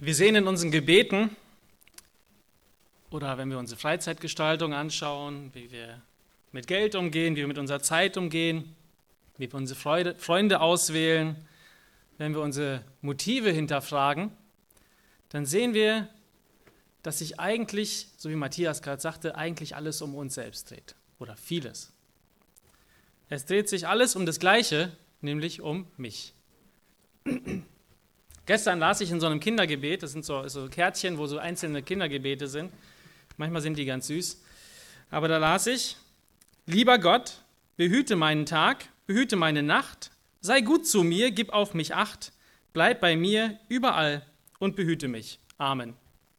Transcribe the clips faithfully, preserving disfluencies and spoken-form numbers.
Wir sehen in unseren Gebeten oder wenn wir unsere Freizeitgestaltung anschauen, wie wir mit Geld umgehen, wie wir mit unserer Zeit umgehen, wie wir unsere Freude, Freunde auswählen, wenn wir unsere Motive hinterfragen, dann sehen wir, dass sich eigentlich, so wie Matthias gerade sagte, eigentlich alles um uns selbst dreht oder vieles. Es dreht sich alles um das Gleiche, nämlich um mich. Gestern las ich in so einem Kindergebet, das sind so, so Kärtchen, wo so einzelne Kindergebete sind. Manchmal sind die ganz süß. Aber da las ich: Lieber Gott, behüte meinen Tag, behüte meine Nacht, sei gut zu mir, gib auf mich Acht, bleib bei mir überall und behüte mich. Amen.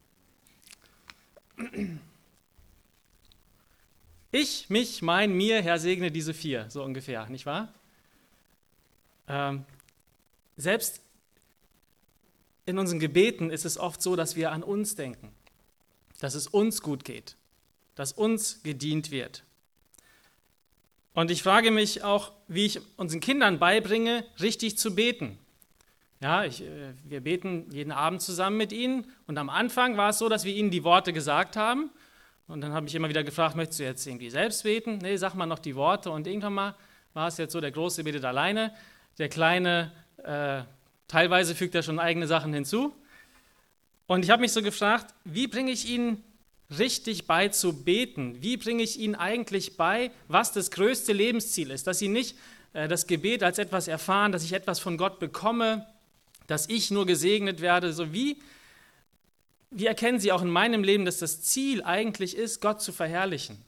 Ich, mich, mein, mir, Herr, segne diese vier, so ungefähr, nicht wahr? Ähm, selbst in unseren Gebeten ist es oft so, dass wir an uns denken, dass es uns gut geht, dass uns gedient wird. Und ich frage mich auch, wie ich unseren Kindern beibringe, richtig zu beten. Ja, ich, wir beten jeden Abend zusammen mit ihnen und am Anfang war es so, dass wir ihnen die Worte gesagt haben und dann habe ich immer wieder gefragt, möchtest du jetzt irgendwie selbst beten? Nee, sag mal noch die Worte und irgendwann mal war es jetzt so, der Große betet alleine, der Kleine äh, teilweise fügt er schon eigene Sachen hinzu. Und ich habe mich so gefragt, wie bringe ich ihnen richtig bei zu beten? Wie bringe ich ihnen eigentlich bei, was das größte Lebensziel ist? Dass sie nicht äh, das Gebet als etwas erfahren, dass ich etwas von Gott bekomme, dass ich nur gesegnet werde. So wie, wie erkennen sie auch in meinem Leben, dass das Ziel eigentlich ist, Gott zu verherrlichen?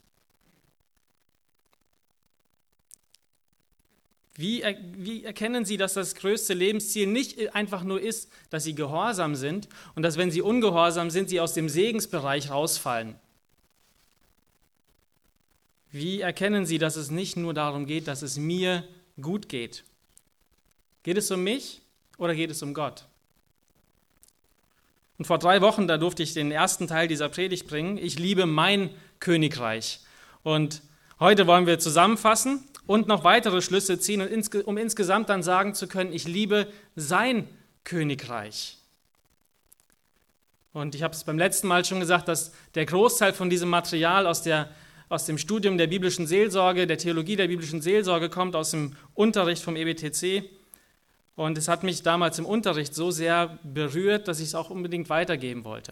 Wie, wie erkennen Sie, dass das größte Lebensziel nicht einfach nur ist, dass Sie gehorsam sind und dass, wenn Sie ungehorsam sind, Sie aus dem Segensbereich rausfallen? Wie erkennen Sie, dass es nicht nur darum geht, dass es mir gut geht? Geht es um mich oder geht es um Gott? Und vor drei Wochen, da durfte ich den ersten Teil dieser Predigt bringen. Ich liebe mein Königreich. Und heute wollen wir zusammenfassen und noch weitere Schlüsse ziehen, um insgesamt dann sagen zu können, ich liebe sein Königreich. Und ich habe es beim letzten Mal schon gesagt, dass der Großteil von diesem Material aus, der, aus dem Studium der biblischen Seelsorge, der Theologie der biblischen Seelsorge kommt, aus dem Unterricht vom E B T C. Und es hat mich damals im Unterricht so sehr berührt, dass ich es auch unbedingt weitergeben wollte.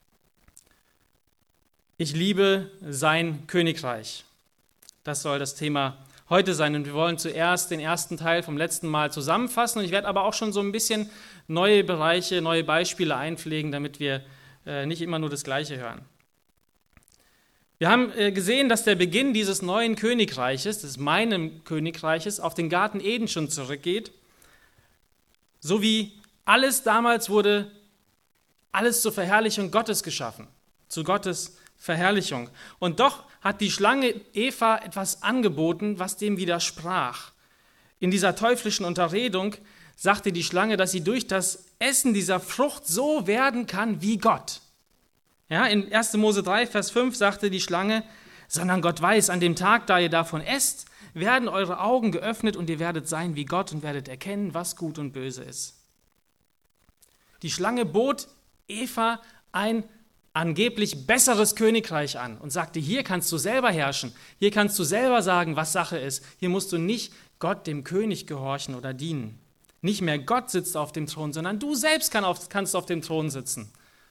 Ich liebe sein Königreich. Das soll das Thema heute sein. Und wir wollen zuerst den ersten Teil vom letzten Mal zusammenfassen. Und ich werde aber auch schon so ein bisschen neue Bereiche, neue Beispiele einpflegen, damit wir äh, nicht immer nur das Gleiche hören. Wir haben äh, gesehen, dass der Beginn dieses neuen Königreiches, des meinem Königreiches, auf den Garten Eden schon zurückgeht. So wie alles damals wurde, alles zur Verherrlichung Gottes geschaffen, zu Gottes Verherrlichung. Und doch hat die Schlange Eva etwas angeboten, was dem widersprach. In dieser teuflischen Unterredung sagte die Schlange, dass sie durch das Essen dieser Frucht so werden kann wie Gott. Ja, in erster Mose drei, Vers fünf sagte die Schlange, sondern Gott weiß, an dem Tag, da ihr davon esst, werden eure Augen geöffnet und ihr werdet sein wie Gott und werdet erkennen, was gut und böse ist. Die Schlange bot Eva ein angeblich besseres Königreich an und sagte, hier kannst du selber herrschen, hier kannst du selber sagen, was Sache ist, hier musst du nicht Gott, dem König, gehorchen oder dienen. Nicht mehr Gott sitzt auf dem Thron, sondern du selbst kannst auf dem Thron sitzen.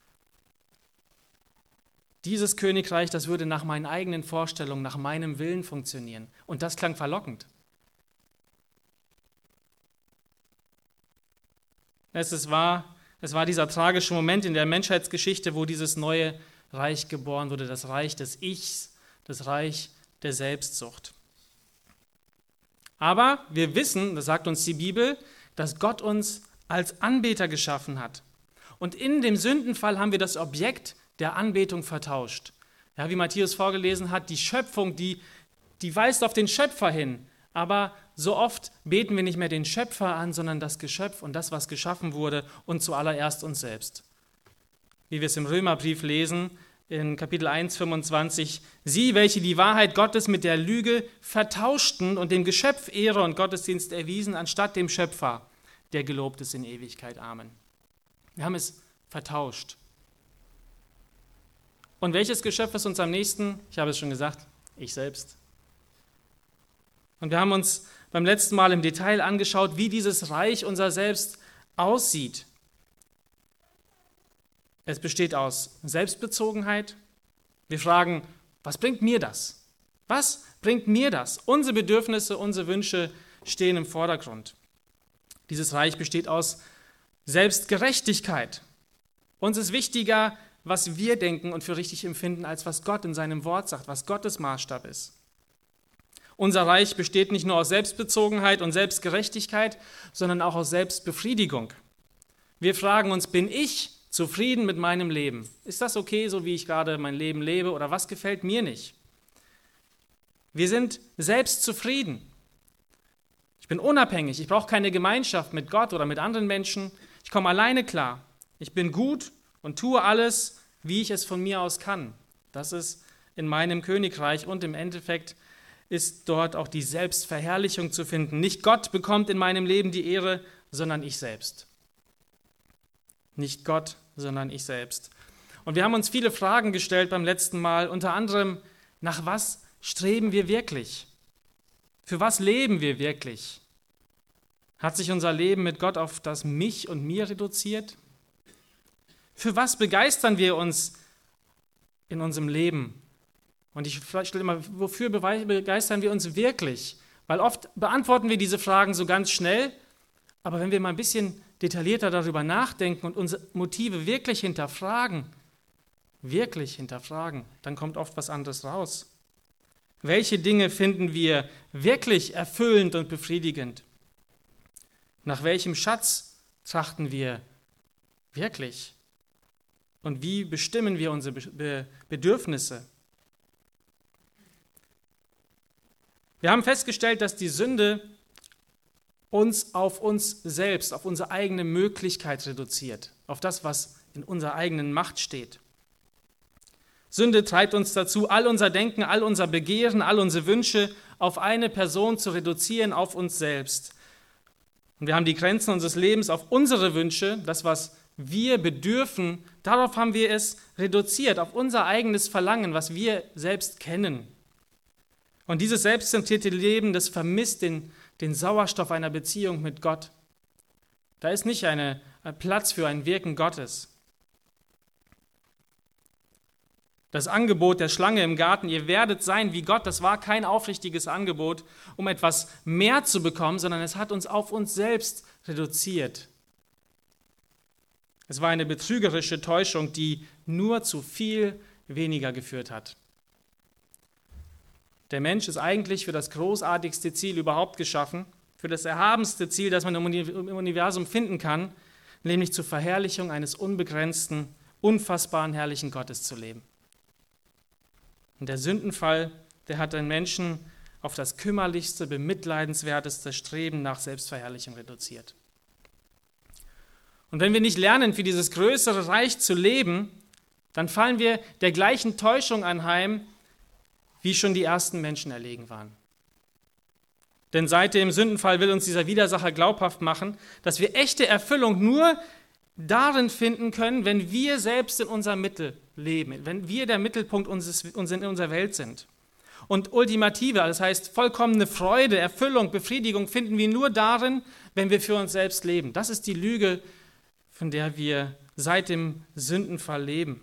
Dieses Königreich, das würde nach meinen eigenen Vorstellungen, nach meinem Willen funktionieren. Und das klang verlockend. Es war Es war dieser tragische Moment in der Menschheitsgeschichte, wo dieses neue Reich geboren wurde, das Reich des Ichs, das Reich der Selbstsucht. Aber wir wissen, das sagt uns die Bibel, dass Gott uns als Anbeter geschaffen hat. Und in dem Sündenfall haben wir das Objekt der Anbetung vertauscht. Ja, wie Matthäus vorgelesen hat, die Schöpfung, die, die weist auf den Schöpfer hin. Aber so oft beten wir nicht mehr den Schöpfer an, sondern das Geschöpf und das, was geschaffen wurde und zuallererst uns selbst. Wie wir es im Römerbrief lesen, in Kapitel eins, fünfundzwanzig, sie, welche die Wahrheit Gottes mit der Lüge vertauschten und dem Geschöpf Ehre und Gottesdienst erwiesen, anstatt dem Schöpfer, der gelobt ist in Ewigkeit. Amen. Wir haben es vertauscht. Und welches Geschöpf ist uns am nächsten? Ich habe es schon gesagt, ich selbst. Und wir haben uns beim letzten Mal im Detail angeschaut, wie dieses Reich unser Selbst aussieht. Es besteht aus Selbstbezogenheit. Wir fragen, was bringt mir das? Was bringt mir das? Unsere Bedürfnisse, unsere Wünsche stehen im Vordergrund. Dieses Reich besteht aus Selbstgerechtigkeit. Uns ist wichtiger, was wir denken und für richtig empfinden, als was Gott in seinem Wort sagt, was Gottes Maßstab ist. Unser Reich besteht nicht nur aus Selbstbezogenheit und Selbstgerechtigkeit, sondern auch aus Selbstbefriedigung. Wir fragen uns, bin ich zufrieden mit meinem Leben? Ist das okay, so wie ich gerade mein Leben lebe, oder was gefällt mir nicht? Wir sind selbst zufrieden. Ich bin unabhängig, ich brauche keine Gemeinschaft mit Gott oder mit anderen Menschen. Ich komme alleine klar. Ich bin gut und tue alles, wie ich es von mir aus kann. Das ist in meinem Königreich und im Endeffekt ist dort auch die Selbstverherrlichung zu finden. Nicht Gott bekommt in meinem Leben die Ehre, sondern ich selbst. Nicht Gott, sondern ich selbst. Und wir haben uns viele Fragen gestellt beim letzten Mal, unter anderem, nach was streben wir wirklich? Für was leben wir wirklich? Hat sich unser Leben mit Gott auf das Mich und Mir reduziert? Für was begeistern wir uns in unserem Leben? Und ich stelle immer, wofür begeistern wir uns wirklich? Weil oft beantworten wir diese Fragen so ganz schnell, aber wenn wir mal ein bisschen detaillierter darüber nachdenken und unsere Motive wirklich hinterfragen, wirklich hinterfragen, dann kommt oft was anderes raus. Welche Dinge finden wir wirklich erfüllend und befriedigend? Nach welchem Schatz trachten wir wirklich? Und wie bestimmen wir unsere Be- Bedürfnisse? Wir haben festgestellt, dass die Sünde uns auf uns selbst, auf unsere eigene Möglichkeit reduziert, auf das, was in unserer eigenen Macht steht. Sünde treibt uns dazu, all unser Denken, all unser Begehren, all unsere Wünsche auf eine Person zu reduzieren, auf uns selbst. Und wir haben die Grenzen unseres Lebens auf unsere Wünsche, das, was wir bedürfen, darauf haben wir es reduziert, auf unser eigenes Verlangen, was wir selbst kennen. Und dieses selbstzentrierte Leben, das vermisst den, den Sauerstoff einer Beziehung mit Gott. Da ist nicht eine, ein Platz für ein Wirken Gottes. Das Angebot der Schlange im Garten, ihr werdet sein wie Gott, das war kein aufrichtiges Angebot, um etwas mehr zu bekommen, sondern es hat uns auf uns selbst reduziert. Es war eine betrügerische Täuschung, die nur zu viel weniger geführt hat. Der Mensch ist eigentlich für das großartigste Ziel überhaupt geschaffen, für das erhabenste Ziel, das man im Universum finden kann, nämlich zur Verherrlichung eines unbegrenzten, unfassbaren, herrlichen Gottes zu leben. Und der Sündenfall, der hat den Menschen auf das kümmerlichste, bemitleidenswerteste Streben nach Selbstverherrlichung reduziert. Und wenn wir nicht lernen, für dieses größere Reich zu leben, dann fallen wir der gleichen Täuschung anheim, wie schon die ersten Menschen erlegen waren. Denn seit dem Sündenfall will uns dieser Widersacher glaubhaft machen, dass wir echte Erfüllung nur darin finden können, wenn wir selbst in unserer Mitte leben, wenn wir der Mittelpunkt unseres, in unserer Welt sind. Und ultimative, das heißt vollkommene Freude, Erfüllung, Befriedigung finden wir nur darin, wenn wir für uns selbst leben. Das ist die Lüge, von der wir seit dem Sündenfall leben.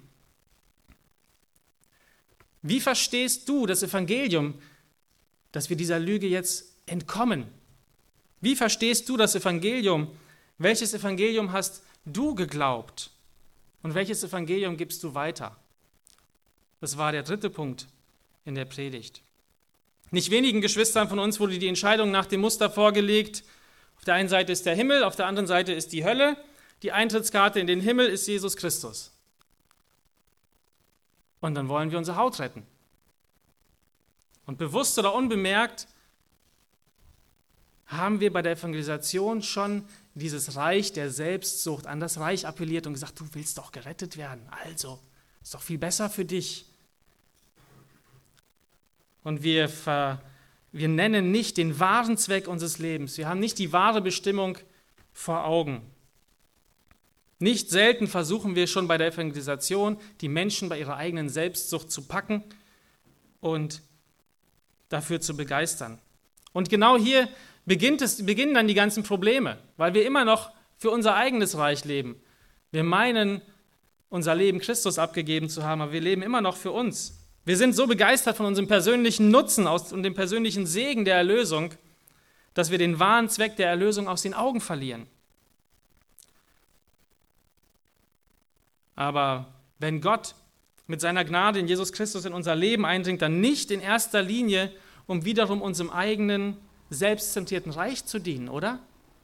Wie verstehst du das Evangelium, dass wir dieser Lüge jetzt entkommen? Wie verstehst du das Evangelium? Welches Evangelium hast du geglaubt? Und welches Evangelium gibst du weiter? Das war der dritte Punkt in der Predigt. Nicht wenigen Geschwistern von uns wurde die Entscheidung nach dem Muster vorgelegt. Auf der einen Seite ist der Himmel, auf der anderen Seite ist die Hölle. Die Eintrittskarte in den Himmel ist Jesus Christus. Und dann wollen wir unsere Haut retten. Und bewusst oder unbemerkt haben wir bei der Evangelisation schon dieses Reich der Selbstsucht an das Reich appelliert und gesagt, du willst doch gerettet werden, also ist doch viel besser für dich. Und wir, ver, wir nennen nicht den wahren Zweck unseres Lebens. Wir haben nicht die wahre Bestimmung vor Augen. Nicht selten versuchen wir schon bei der Evangelisation, die Menschen bei ihrer eigenen Selbstsucht zu packen und dafür zu begeistern. Und genau hier beginnt es, beginnen dann die ganzen Probleme, weil wir immer noch für unser eigenes Reich leben. Wir meinen, unser Leben Christus abgegeben zu haben, aber wir leben immer noch für uns. Wir sind so begeistert von unserem persönlichen Nutzen und dem persönlichen Segen der Erlösung, dass wir den wahren Zweck der Erlösung aus den Augen verlieren. Aber wenn Gott mit seiner Gnade in Jesus Christus in unser Leben eindringt, dann nicht in erster Linie, um wiederum unserem eigenen, selbstzentrierten Reich zu dienen, oder?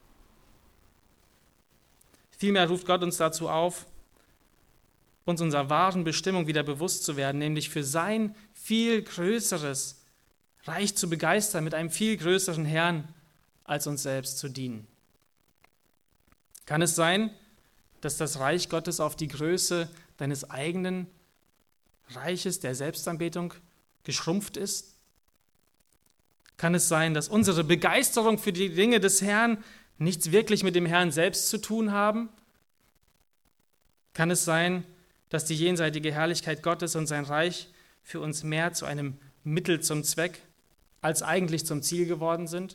Vielmehr ruft Gott uns dazu auf, uns unserer wahren Bestimmung wieder bewusst zu werden, nämlich für sein viel größeres Reich zu begeistern, mit einem viel größeren Herrn als uns selbst zu dienen. Kann es sein, dass das Reich Gottes auf die Größe deines eigenen Reiches der Selbstanbetung geschrumpft ist? Kann es sein, dass unsere Begeisterung für die Dinge des Herrn nichts wirklich mit dem Herrn selbst zu tun haben? Kann es sein, dass die jenseitige Herrlichkeit Gottes und sein Reich für uns mehr zu einem Mittel zum Zweck als eigentlich zum Ziel geworden sind?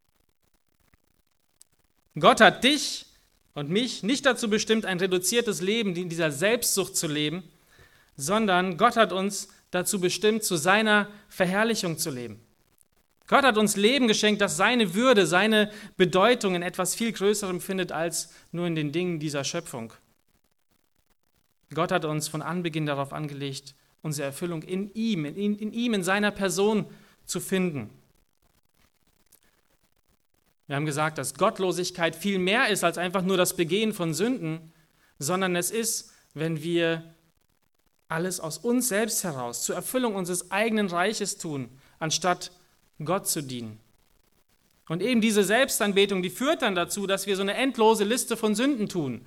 Gott hat dich und mich nicht dazu bestimmt, ein reduziertes Leben in dieser Selbstsucht zu leben, sondern Gott hat uns dazu bestimmt, zu seiner Verherrlichung zu leben. Gott hat uns Leben geschenkt, das seine Würde, seine Bedeutung in etwas viel Größerem findet als nur in den Dingen dieser Schöpfung. Gott hat uns von Anbeginn darauf angelegt, unsere Erfüllung in ihm, in, in ihm, in seiner Person zu finden. Wir haben gesagt, dass Gottlosigkeit viel mehr ist als einfach nur das Begehen von Sünden, sondern es ist, wenn wir alles aus uns selbst heraus zur Erfüllung unseres eigenen Reiches tun, anstatt Gott zu dienen. Und eben diese Selbstanbetung, die führt dann dazu, dass wir so eine endlose Liste von Sünden tun.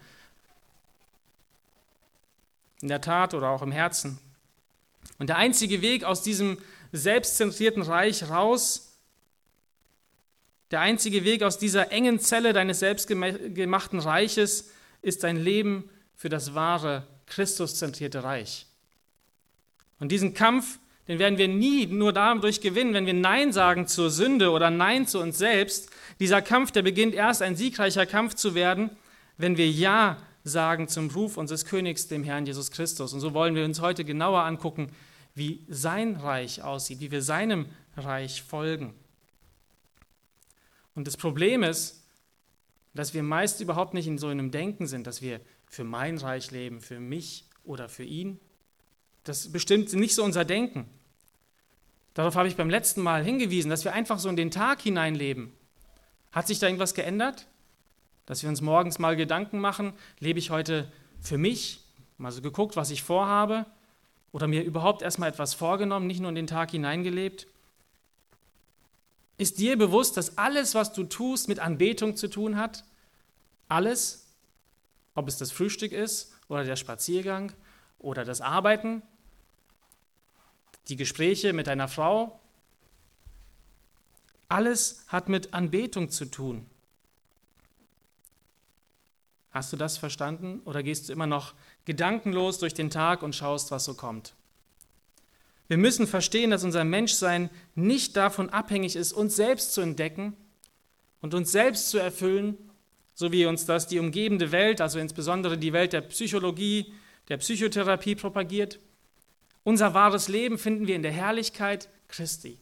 In der Tat oder auch im Herzen. Und der einzige Weg aus diesem selbstzentrierten Reich raus, der einzige Weg aus dieser engen Zelle deines selbstgemachten Reiches ist dein Leben für das wahre, Christuszentrierte Reich. Und diesen Kampf, den werden wir nie nur dadurch gewinnen, wenn wir Nein sagen zur Sünde oder Nein zu uns selbst. Dieser Kampf, der beginnt erst ein siegreicher Kampf zu werden, wenn wir Ja sagen zum Ruf unseres Königs, dem Herrn Jesus Christus. Und so wollen wir uns heute genauer angucken, wie sein Reich aussieht, wie wir seinem Reich folgen. Und das Problem ist, dass wir meist überhaupt nicht in so einem Denken sind, dass wir für mein Reich leben, für mich oder für ihn. Das bestimmt nicht so unser Denken. Darauf habe ich beim letzten Mal hingewiesen, dass wir einfach so in den Tag hineinleben. Hat sich da irgendwas geändert? Dass wir uns morgens mal Gedanken machen, lebe ich heute für mich? Mal so geguckt, was ich vorhabe? Oder mir überhaupt erstmal etwas vorgenommen, nicht nur in den Tag hineingelebt? Ist dir bewusst, dass alles, was du tust, mit Anbetung zu tun hat? Alles? Ob es das Frühstück ist oder der Spaziergang oder das Arbeiten, die Gespräche mit deiner Frau? Alles hat mit Anbetung zu tun. Hast du das verstanden oder gehst du immer noch gedankenlos durch den Tag und schaust, was so kommt? Wir müssen verstehen, dass unser Menschsein nicht davon abhängig ist, uns selbst zu entdecken und uns selbst zu erfüllen, so wie uns das die umgebende Welt, also insbesondere die Welt der Psychologie, der Psychotherapie propagiert. Unser wahres Leben finden wir in der Herrlichkeit Christi.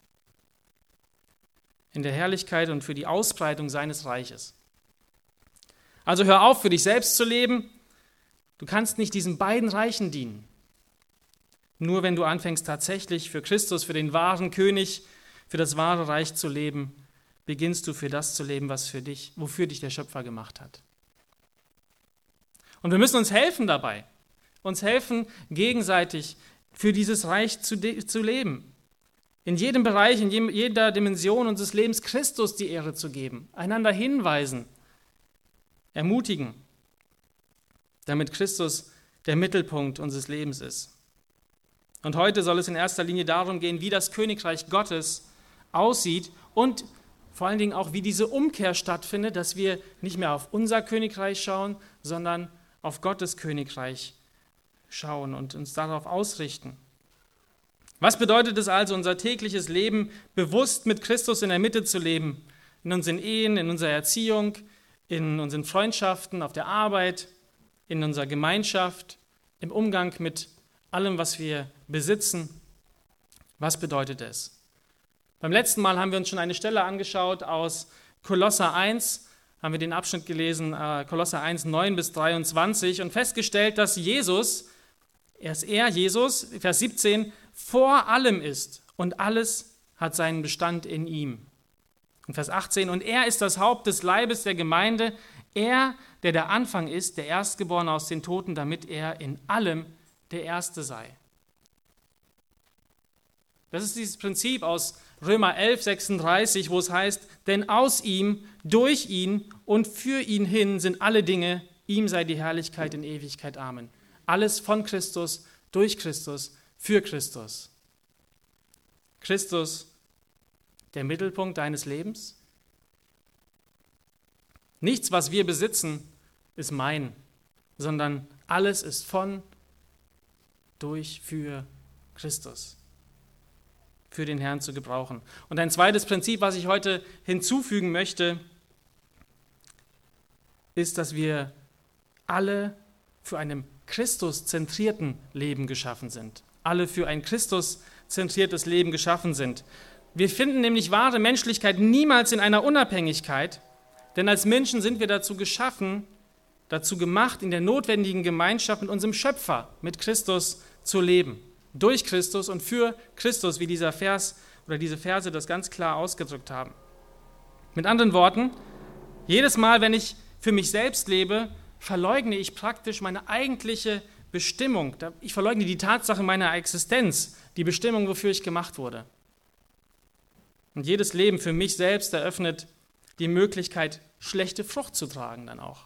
In der Herrlichkeit und für die Ausbreitung seines Reiches. Also hör auf, für dich selbst zu leben. Du kannst nicht diesen beiden Reichen dienen. Nur wenn du anfängst, tatsächlich für Christus, für den wahren König, für das wahre Reich zu leben, beginnst du für das zu leben, was für dich, wofür dich der Schöpfer gemacht hat. Und wir müssen uns helfen dabei, uns helfen, gegenseitig für dieses Reich zu, de- zu leben. In jedem Bereich, in jedem, jeder Dimension unseres Lebens Christus die Ehre zu geben, einander hinweisen, ermutigen, damit Christus der Mittelpunkt unseres Lebens ist. Und heute soll es in erster Linie darum gehen, wie das Königreich Gottes aussieht und vor allen Dingen auch, wie diese Umkehr stattfindet, dass wir nicht mehr auf unser Königreich schauen, sondern auf Gottes Königreich schauen und uns darauf ausrichten. Was bedeutet es also, unser tägliches Leben bewusst mit Christus in der Mitte zu leben? In unseren Ehen, in unserer Erziehung, in unseren Freundschaften, auf der Arbeit, in unserer Gemeinschaft, im Umgang mit allem, was wir besitzen. Was bedeutet es? Beim letzten Mal haben wir uns schon eine Stelle angeschaut aus Kolosser eins, haben wir den Abschnitt gelesen, äh, Kolosser eins, neun bis dreiundzwanzig und festgestellt, dass Jesus, erst er, Jesus, Vers siebzehn, vor allem ist und alles hat seinen Bestand in ihm. Und Vers achtzehn, und er ist das Haupt des Leibes der Gemeinde, er, der der Anfang ist, der Erstgeborene aus den Toten, damit er in allem der Erste sei. Das ist dieses Prinzip aus Römer elf, sechsunddreißig, wo es heißt, denn aus ihm, durch ihn und für ihn hin sind alle Dinge, ihm sei die Herrlichkeit in Ewigkeit. Amen. Alles von Christus, durch Christus, für Christus. Christus, der Mittelpunkt deines Lebens? Nichts, was wir besitzen, ist mein, sondern alles ist von, durch, für Christus. Für den Herrn zu gebrauchen. Und ein zweites Prinzip, was ich heute hinzufügen möchte, ist, dass wir alle für einen Christus-zentrierten Leben geschaffen sind. Alle für ein Christus-zentriertes Leben geschaffen sind. Wir finden nämlich wahre Menschlichkeit niemals in einer Unabhängigkeit, denn als Menschen sind wir dazu geschaffen, dazu gemacht, in der notwendigen Gemeinschaft mit unserem Schöpfer, mit Christus zu leben. Durch Christus und für Christus, wie dieser Vers oder diese Verse das ganz klar ausgedrückt haben. Mit anderen Worten, jedes Mal, wenn ich für mich selbst lebe, verleugne ich praktisch meine eigentliche Bestimmung. Ich verleugne die Tatsache meiner Existenz, die Bestimmung, wofür ich gemacht wurde. Und jedes Leben für mich selbst eröffnet die Möglichkeit, schlechte Frucht zu tragen dann auch.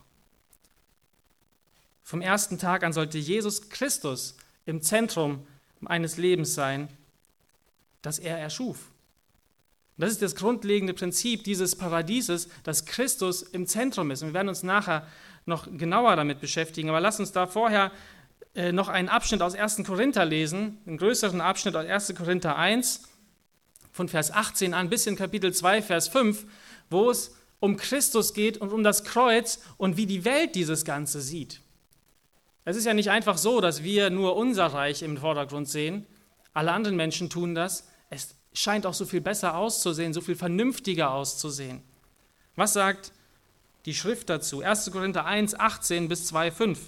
Vom ersten Tag an sollte Jesus Christus im Zentrum eines Lebens sein, das er erschuf. Und das ist das grundlegende Prinzip dieses Paradieses, dass Christus im Zentrum ist. Und wir werden uns nachher noch genauer damit beschäftigen. Aber lasst uns da vorher äh, noch einen Abschnitt aus ersten Korinther lesen, einen größeren Abschnitt aus ersten Korinther eins, von Vers achtzehn an bis in Kapitel zwei, Vers fünf, wo es um Christus geht und um das Kreuz und wie die Welt dieses Ganze sieht. Es ist ja nicht einfach so, dass wir nur unser Reich im Vordergrund sehen. Alle anderen Menschen tun das. Es scheint auch so viel besser auszusehen, so viel vernünftiger auszusehen. Was sagt die Schrift dazu? ersten Korinther eins, achtzehn bis zwei, fünf.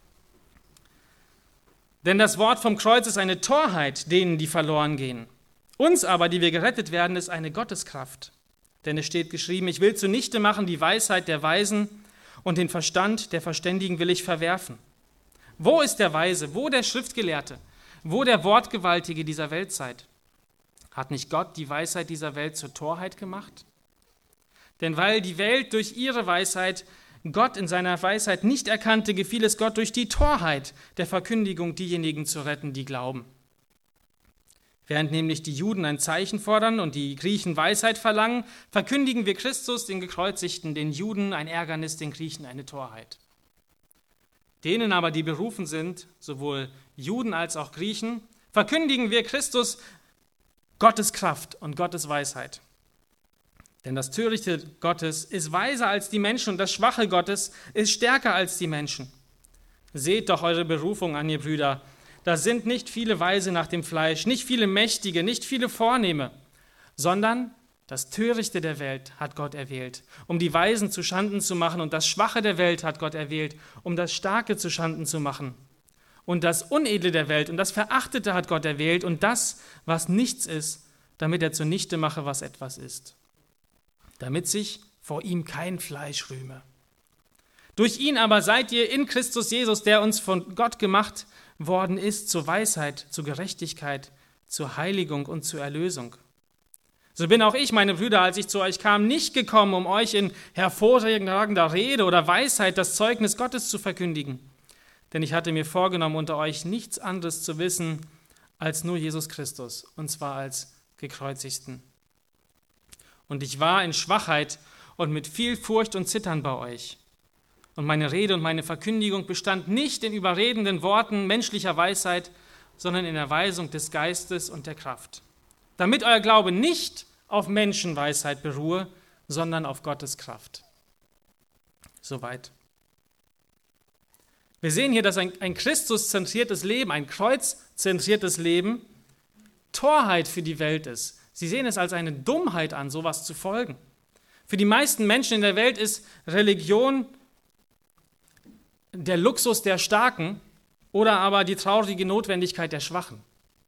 Denn das Wort vom Kreuz ist eine Torheit denen, die verloren gehen. Uns aber, die wir gerettet werden, ist eine Gotteskraft. Denn es steht geschrieben, ich will zunichte machen die Weisheit der Weisen und den Verstand der Verständigen will ich verwerfen. Wo ist der Weise? Wo der Schriftgelehrte? Wo der Wortgewaltige dieser Weltzeit? Hat nicht Gott die Weisheit dieser Welt zur Torheit gemacht? Denn weil die Welt durch ihre Weisheit Gott in seiner Weisheit nicht erkannte, gefiel es Gott durch die Torheit der Verkündigung diejenigen zu retten, die glauben. Während nämlich die Juden ein Zeichen fordern und die Griechen Weisheit verlangen, verkündigen wir Christus, den Gekreuzigten, den Juden ein Ärgernis, den Griechen eine Torheit. Denen aber, die berufen sind, sowohl Juden als auch Griechen, verkündigen wir Christus Gottes Kraft und Gottes Weisheit. Denn das Törichte Gottes ist weiser als die Menschen und das Schwache Gottes ist stärker als die Menschen. Seht doch eure Berufung an, ihr Brüder. Da sind nicht viele Weise nach dem Fleisch, nicht viele Mächtige, nicht viele Vornehme, sondern das Törichte der Welt hat Gott erwählt, um die Weisen zu Schanden zu machen, und das Schwache der Welt hat Gott erwählt, um das Starke zu Schanden zu machen. Und das Unedle der Welt und das Verachtete hat Gott erwählt, und das, was nichts ist, damit er zunichte mache, was etwas ist. Damit sich vor ihm kein Fleisch rühme. Durch ihn aber seid ihr in Christus Jesus, der uns von Gott gemacht worden ist, zur Weisheit, zur Gerechtigkeit, zur Heiligung und zur Erlösung. So bin auch ich, meine Brüder, als ich zu euch kam, nicht gekommen, um euch in hervorragender Rede oder Weisheit das Zeugnis Gottes zu verkündigen. Denn ich hatte mir vorgenommen, unter euch nichts anderes zu wissen, als nur Jesus Christus, und zwar als Gekreuzigten. Und ich war in Schwachheit und mit viel Furcht und Zittern bei euch. Und meine Rede und meine Verkündigung bestand nicht in überredenden Worten menschlicher Weisheit, sondern in der Weisung des Geistes und der Kraft. Damit euer Glaube nicht auf Menschenweisheit beruhe, sondern auf Gottes Kraft. Soweit. Wir sehen hier, dass ein, ein Christus-zentriertes Leben, ein kreuzzentriertes Leben, Torheit für die Welt ist. Sie sehen es als eine Dummheit an, sowas zu folgen. Für die meisten Menschen in der Welt ist Religion der Luxus der Starken oder aber die traurige Notwendigkeit der Schwachen.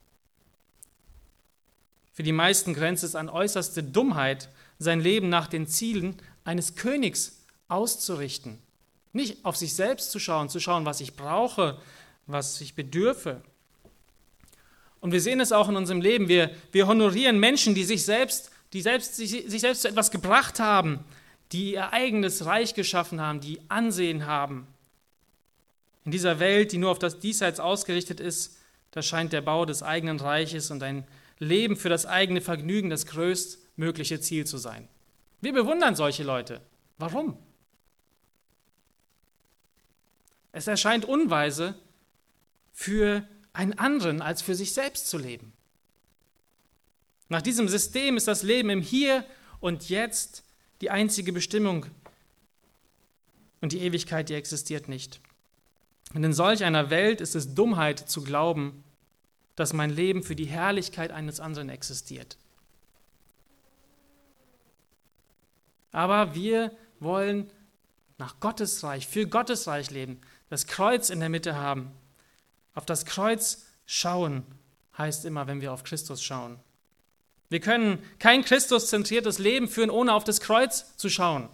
Für die meisten grenzt es an äußerste Dummheit, sein Leben nach den Zielen eines Königs auszurichten. Nicht auf sich selbst zu schauen, zu schauen, was ich brauche, was ich bedürfe. Und wir sehen es auch in unserem Leben. Wir, wir honorieren Menschen, die sich selbst, die selbst, sich, sich selbst zu etwas gebracht haben, die ihr eigenes Reich geschaffen haben, die Ansehen haben. In dieser Welt, die nur auf das Diesseits ausgerichtet ist, da scheint der Bau des eigenen Reiches und ein Leben für das eigene Vergnügen das größtmögliche Ziel zu sein. Wir bewundern solche Leute. Warum? Es erscheint unweise, für einen anderen als für sich selbst zu leben. Nach diesem System ist das Leben im Hier und Jetzt die einzige Bestimmung und die Ewigkeit, die existiert nicht. Und in solch einer Welt ist es Dummheit zu glauben, dass mein Leben für die Herrlichkeit eines anderen existiert. Aber wir wollen nach Gottes Reich, für Gottes Reich leben, das Kreuz in der Mitte haben. Auf das Kreuz schauen heißt immer, wenn wir auf Christus schauen. Wir können kein Christuszentriertes Leben führen, ohne auf das Kreuz zu schauen.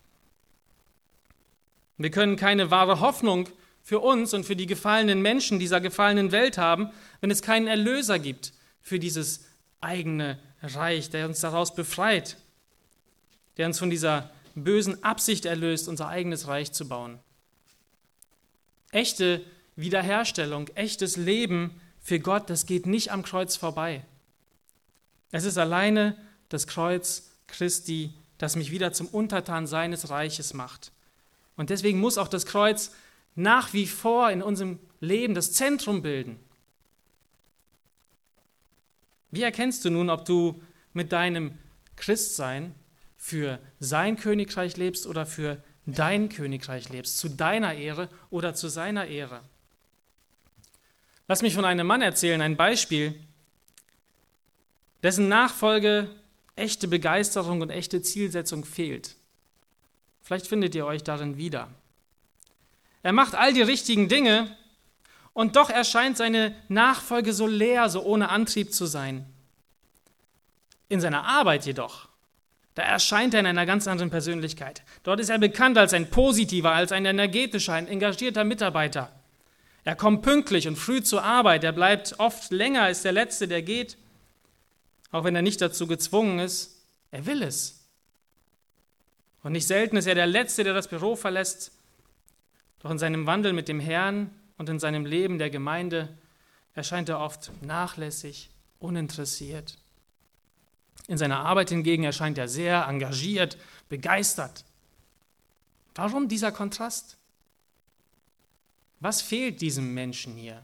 Wir können keine wahre Hoffnung für uns und für die gefallenen Menschen dieser gefallenen Welt haben, wenn es keinen Erlöser gibt für dieses eigene Reich, der uns daraus befreit, der uns von dieser bösen Absicht erlöst, unser eigenes Reich zu bauen. Echte Wiederherstellung, echtes Leben für Gott, das geht nicht am Kreuz vorbei. Es ist alleine das Kreuz Christi, das mich wieder zum Untertan seines Reiches macht. Und deswegen muss auch das Kreuz nach wie vor in unserem Leben das Zentrum bilden. Wie erkennst du nun, ob du mit deinem Christsein für sein Königreich lebst oder für dein Königreich lebst, zu deiner Ehre oder zu seiner Ehre? Lass mich von einem Mann erzählen, ein Beispiel, dessen Nachfolge echte Begeisterung und echte Zielsetzung fehlt. Vielleicht findet ihr euch darin wieder. Er macht all die richtigen Dinge und doch erscheint seine Nachfolge so leer, so ohne Antrieb zu sein. In seiner Arbeit jedoch, da erscheint er in einer ganz anderen Persönlichkeit. Dort ist er bekannt als ein positiver, als ein energetischer, ein engagierter Mitarbeiter. Er kommt pünktlich und früh zur Arbeit, er bleibt oft länger als der Letzte, der geht, auch wenn er nicht dazu gezwungen ist, er will es. Und nicht selten ist er der Letzte, der das Büro verlässt, doch in seinem Wandel mit dem Herrn und in seinem Leben der Gemeinde erscheint er oft nachlässig, uninteressiert. In seiner Arbeit hingegen erscheint er sehr engagiert, begeistert. Warum dieser Kontrast? Was fehlt diesem Menschen hier?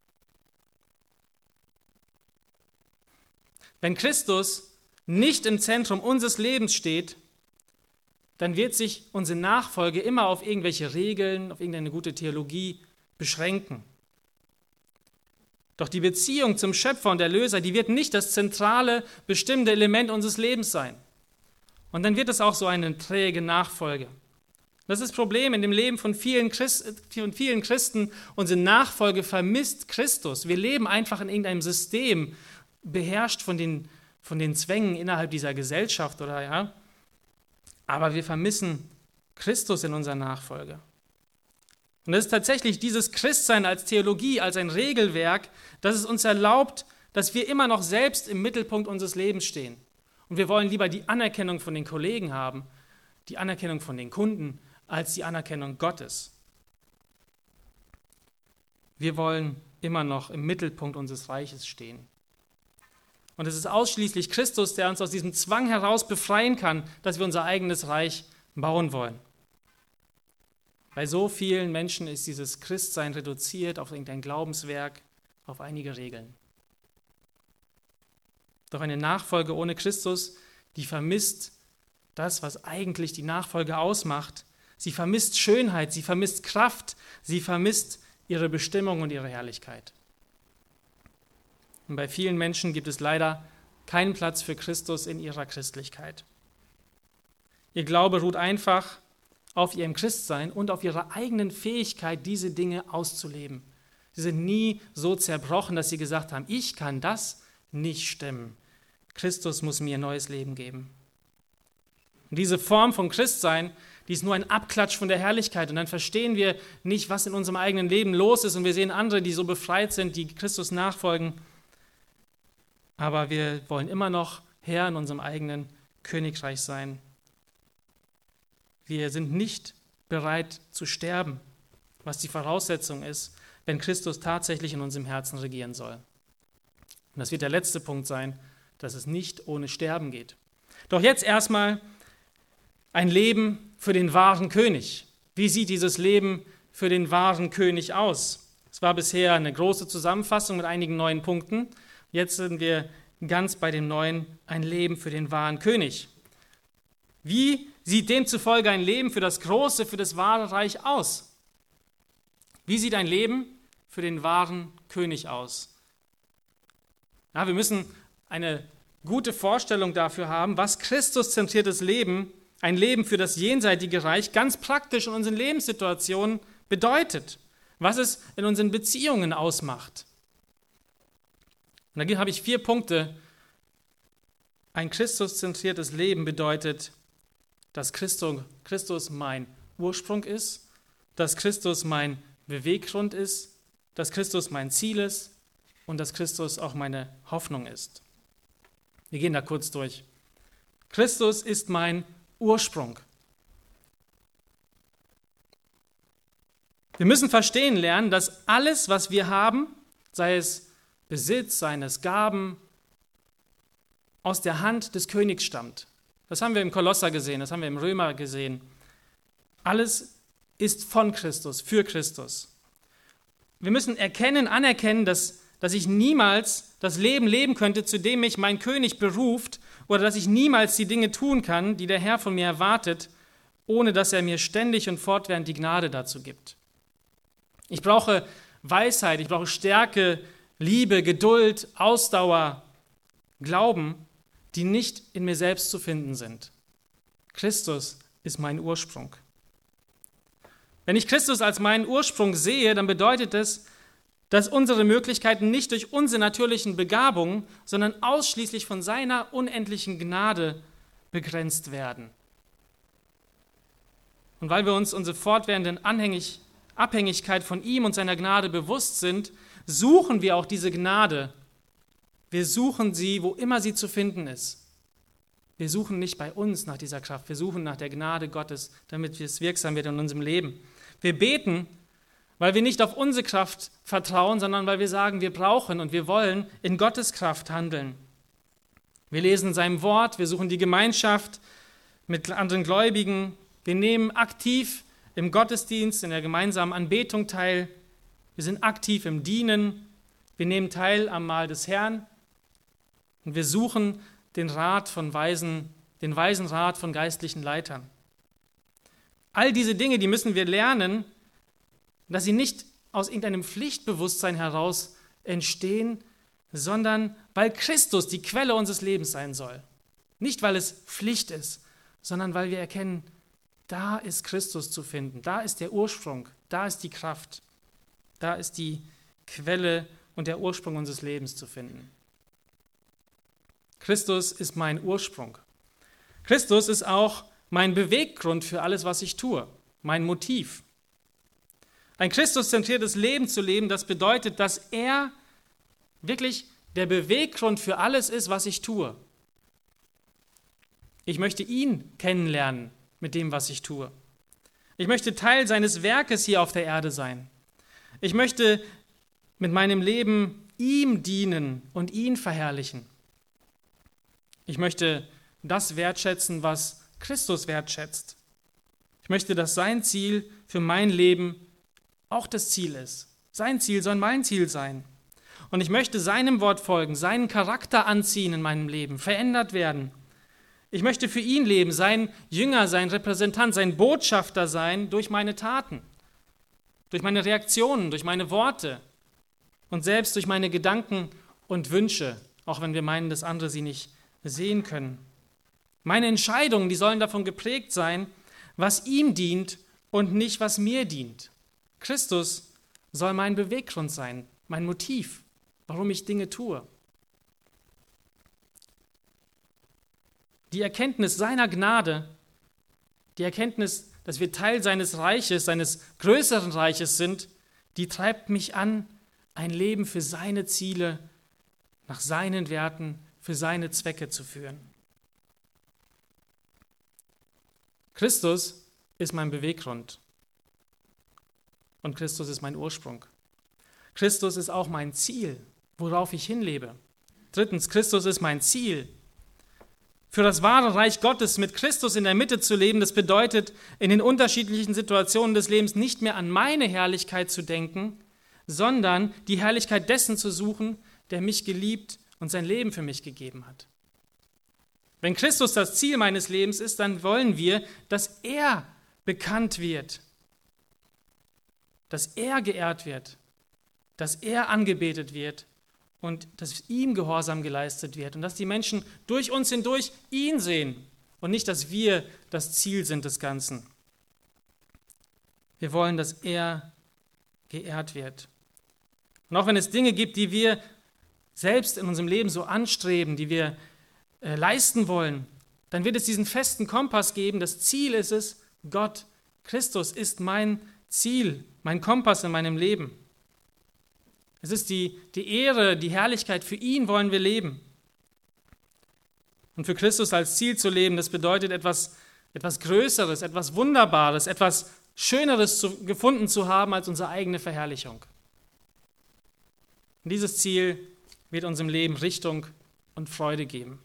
Wenn Christus nicht im Zentrum unseres Lebens steht, dann wird sich unsere Nachfolge immer auf irgendwelche Regeln, auf irgendeine gute Theologie beschränken. Doch die Beziehung zum Schöpfer und Erlöser, die wird nicht das zentrale, bestimmende Element unseres Lebens sein. Und dann wird es auch so eine träge Nachfolge. Das ist das Problem in dem Leben von vielen, Christ, von vielen Christen. Unsere Nachfolge vermisst Christus. Wir leben einfach in irgendeinem System, beherrscht von den, von den Zwängen innerhalb dieser Gesellschaft, oder ja. Aber wir vermissen Christus in unserer Nachfolge. Und es ist tatsächlich dieses Christsein als Theologie, als ein Regelwerk, das es uns erlaubt, dass wir immer noch selbst im Mittelpunkt unseres Lebens stehen. Und wir wollen lieber die Anerkennung von den Kollegen haben, die Anerkennung von den Kunden, als die Anerkennung Gottes. Wir wollen immer noch im Mittelpunkt unseres Reiches stehen. Und es ist ausschließlich Christus, der uns aus diesem Zwang heraus befreien kann, dass wir unser eigenes Reich bauen wollen. Bei so vielen Menschen ist dieses Christsein reduziert auf irgendein Glaubenswerk, auf einige Regeln. Doch eine Nachfolge ohne Christus, die vermisst das, was eigentlich die Nachfolge ausmacht. Sie vermisst Schönheit, sie vermisst Kraft, sie vermisst ihre Bestimmung und ihre Herrlichkeit. Und bei vielen Menschen gibt es leider keinen Platz für Christus in ihrer Christlichkeit. Ihr Glaube ruht einfach auf ihrem Christsein und auf ihrer eigenen Fähigkeit, diese Dinge auszuleben. Sie sind nie so zerbrochen, dass sie gesagt haben, ich kann das nicht stemmen. Christus muss mir neues Leben geben. Und diese Form von Christsein, die ist nur ein Abklatsch von der Herrlichkeit. Und dann verstehen wir nicht, was in unserem eigenen Leben los ist. Und wir sehen andere, die so befreit sind, die Christus nachfolgen. Aber wir wollen immer noch Herr in unserem eigenen Königreich sein. Wir sind nicht bereit zu sterben, was die Voraussetzung ist, wenn Christus tatsächlich in unserem Herzen regieren soll. Und das wird der letzte Punkt sein, dass es nicht ohne Sterben geht. Doch jetzt erstmal ein Leben für den wahren König. Wie sieht dieses Leben für den wahren König aus? Es war bisher eine große Zusammenfassung mit einigen neuen Punkten. Jetzt sind wir ganz bei dem neuen, ein Leben für den wahren König. Wie sieht demzufolge ein Leben für das große, für das wahre Reich aus? Wie sieht ein Leben für den wahren König aus? Ja, wir müssen eine gute Vorstellung dafür haben, was Christuszentriertes Leben, ein Leben für das jenseitige Reich, ganz praktisch in unseren Lebenssituationen bedeutet, was es in unseren Beziehungen ausmacht. Und da habe ich vier Punkte. Ein Christuszentriertes Leben bedeutet, dass Christus mein Ursprung ist, dass Christus mein Beweggrund ist, dass Christus mein Ziel ist und dass Christus auch meine Hoffnung ist. Wir gehen da kurz durch. Christus ist mein Ursprung. Wir müssen verstehen lernen, dass alles, was wir haben, sei es Besitz, seien es Gaben, aus der Hand des Königs stammt. Das haben wir im Kolosser gesehen, das haben wir im Römer gesehen. Alles ist von Christus, für Christus. Wir müssen erkennen, anerkennen, dass, dass ich niemals das Leben leben könnte, zu dem mich mein König beruft, oder dass ich niemals die Dinge tun kann, die der Herr von mir erwartet, ohne dass er mir ständig und fortwährend die Gnade dazu gibt. Ich brauche Weisheit, ich brauche Stärke, Liebe, Geduld, Ausdauer, Glauben, die nicht in mir selbst zu finden sind. Christus ist mein Ursprung. Wenn ich Christus als meinen Ursprung sehe, dann bedeutet es, dass unsere Möglichkeiten nicht durch unsere natürlichen Begabungen, sondern ausschließlich von seiner unendlichen Gnade begrenzt werden. Und weil wir uns unsere fortwährenden Anhängig- Abhängigkeit von ihm und seiner Gnade bewusst sind, suchen wir auch diese Gnade. Wir suchen sie, wo immer sie zu finden ist. Wir suchen nicht bei uns nach dieser Kraft, wir suchen nach der Gnade Gottes, damit es wirksam wird in unserem Leben. Wir beten, weil wir nicht auf unsere Kraft vertrauen, sondern weil wir sagen, wir brauchen und wir wollen in Gottes Kraft handeln. Wir lesen sein Wort, wir suchen die Gemeinschaft mit anderen Gläubigen, wir nehmen aktiv im Gottesdienst, in der gemeinsamen Anbetung teil, wir sind aktiv im Dienen, wir nehmen teil am Mahl des Herrn und wir suchen den Rat von Weisen, den weisen Rat von geistlichen Leitern. All diese Dinge, die müssen wir lernen, dass sie nicht aus irgendeinem Pflichtbewusstsein heraus entstehen, sondern weil Christus die Quelle unseres Lebens sein soll. Nicht, weil es Pflicht ist, sondern weil wir erkennen, da ist Christus zu finden, da ist der Ursprung, da ist die Kraft, da ist die Quelle und der Ursprung unseres Lebens zu finden. Christus ist mein Ursprung. Christus ist auch mein Beweggrund für alles, was ich tue, mein Motiv. Ein christuszentriertes Leben zu leben, das bedeutet, dass er wirklich der Beweggrund für alles ist, was ich tue. Ich möchte ihn kennenlernen mit dem, was ich tue. Ich möchte Teil seines Werkes hier auf der Erde sein. Ich möchte mit meinem Leben ihm dienen und ihn verherrlichen. Ich möchte das wertschätzen, was Christus wertschätzt. Ich möchte, dass sein Ziel für mein Leben auch das Ziel ist. Sein Ziel soll mein Ziel sein. Und ich möchte seinem Wort folgen, seinen Charakter anziehen in meinem Leben, verändert werden. Ich möchte für ihn leben, sein Jünger, sein Repräsentant, sein Botschafter sein durch meine Taten, durch meine Reaktionen, durch meine Worte und selbst durch meine Gedanken und Wünsche, auch wenn wir meinen, dass andere sie nicht sehen können. Meine Entscheidungen, die sollen davon geprägt sein, was ihm dient und nicht, was mir dient. Christus soll mein Beweggrund sein, mein Motiv, warum ich Dinge tue. Die Erkenntnis seiner Gnade, die Erkenntnis, dass wir Teil seines Reiches, seines größeren Reiches sind, die treibt mich an, ein Leben für seine Ziele, nach seinen Werten, für seine Zwecke zu führen. Christus ist mein Beweggrund und Christus ist mein Ursprung. Christus ist auch mein Ziel, worauf ich hinlebe. Drittens, Christus ist mein Ziel. Für das wahre Reich Gottes mit Christus in der Mitte zu leben, das bedeutet, in den unterschiedlichen Situationen des Lebens nicht mehr an meine Herrlichkeit zu denken, sondern die Herrlichkeit dessen zu suchen, der mich geliebt und sein Leben für mich gegeben hat. Wenn Christus das Ziel meines Lebens ist, dann wollen wir, dass er bekannt wird, dass er geehrt wird, dass er angebetet wird und dass ihm Gehorsam geleistet wird und dass die Menschen durch uns hindurch ihn sehen und nicht, dass wir das Ziel sind des Ganzen. Wir wollen, dass er geehrt wird. Und auch wenn es Dinge gibt, die wir selbst in unserem Leben so anstreben, die wir äh, leisten wollen, dann wird es diesen festen Kompass geben. Das Ziel ist es, Gott, Christus ist mein Ziel, mein Kompass in meinem Leben. Es ist die, die Ehre, die Herrlichkeit, für ihn wollen wir leben. Und für Christus als Ziel zu leben, das bedeutet etwas, etwas Größeres, etwas Wunderbares, etwas Schöneres zu, gefunden zu haben als unsere eigene Verherrlichung. Und dieses Ziel wird unserem Leben Richtung und Freude geben.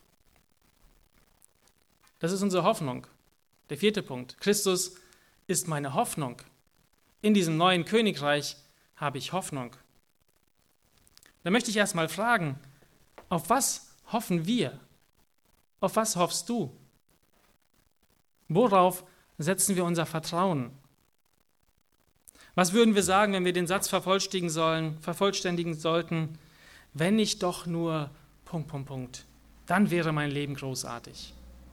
Das ist unsere Hoffnung. Der vierte Punkt. Christus ist meine Hoffnung. In diesem neuen Königreich habe ich Hoffnung. Da möchte ich erst mal fragen, auf was hoffen wir? Auf was hoffst du? Worauf setzen wir unser Vertrauen? Was würden wir sagen, wenn wir den Satz vervollständigen sollen, vervollständigen sollten, wenn ich doch nur Punkt, Punkt, Punkt, dann wäre mein Leben großartig.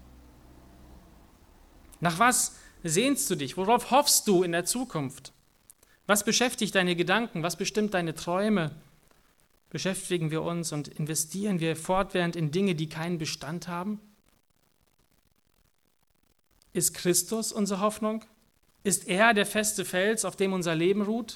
Nach was sehnst du dich? Worauf hoffst du in der Zukunft? Was beschäftigt deine Gedanken? Was bestimmt deine Träume? Beschäftigen wir uns und investieren wir fortwährend in Dinge, die keinen Bestand haben? Ist Christus unsere Hoffnung? Ist er der feste Fels, auf dem unser Leben ruht?